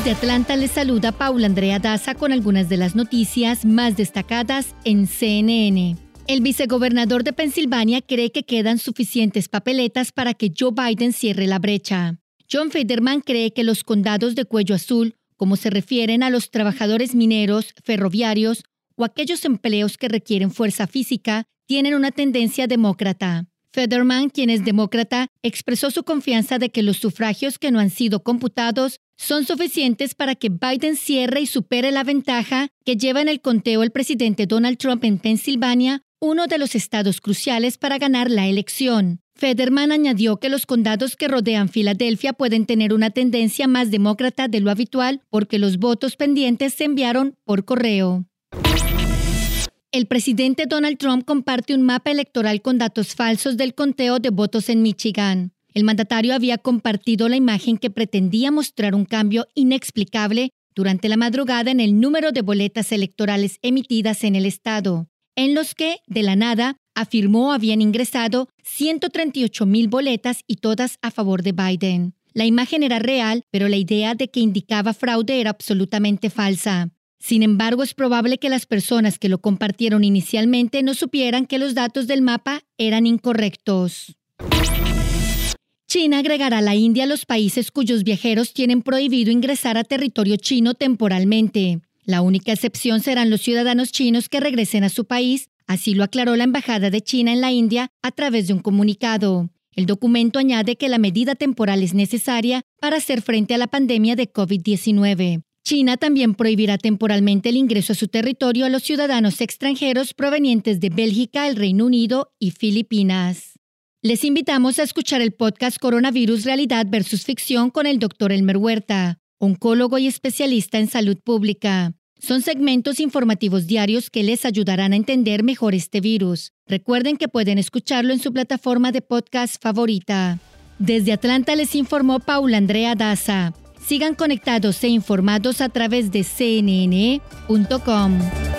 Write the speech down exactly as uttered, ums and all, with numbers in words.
Desde Atlanta les saluda Paula Andrea Daza con algunas de las noticias más destacadas en C N N. El vicegobernador de Pensilvania cree que quedan suficientes papeletas para que Joe Biden cierre la brecha. John Fetterman cree que los condados de cuello azul, como se refieren a los trabajadores mineros, ferroviarios o aquellos empleos que requieren fuerza física, tienen una tendencia demócrata. Fetterman, quien es demócrata, expresó su confianza de que los sufragios que no han sido computados son suficientes para que Biden cierre y supere la ventaja que lleva en el conteo el presidente Donald Trump en Pensilvania, uno de los estados cruciales para ganar la elección. Fetterman añadió que los condados que rodean Filadelfia pueden tener una tendencia más demócrata de lo habitual porque los votos pendientes se enviaron por correo. El presidente Donald Trump comparte un mapa electoral con datos falsos del conteo de votos en Michigan. El mandatario había compartido la imagen que pretendía mostrar un cambio inexplicable durante la madrugada en el número de boletas electorales emitidas en el estado, en los que, de la nada, afirmó habían ingresado ciento treinta y ocho mil boletas y todas a favor de Biden. La imagen era real, pero la idea de que indicaba fraude era absolutamente falsa. Sin embargo, es probable que las personas que lo compartieron inicialmente no supieran que los datos del mapa eran incorrectos. China agregará a la India a los países cuyos viajeros tienen prohibido ingresar a territorio chino temporalmente. La única excepción serán los ciudadanos chinos que regresen a su país, así lo aclaró la Embajada de China en la India a través de un comunicado. El documento añade que la medida temporal es necesaria para hacer frente a la pandemia de COVID diecinueve. China también prohibirá temporalmente el ingreso a su territorio a los ciudadanos extranjeros provenientes de Bélgica, el Reino Unido y Filipinas. Les invitamos a escuchar el podcast Coronavirus Realidad versus Ficción con el doctor Elmer Huerta, oncólogo y especialista en salud pública. Son segmentos informativos diarios que les ayudarán a entender mejor este virus. Recuerden que pueden escucharlo en su plataforma de podcast favorita. Desde Atlanta les informó Paula Andrea Daza. Sigan conectados e informados a través de C N N punto com.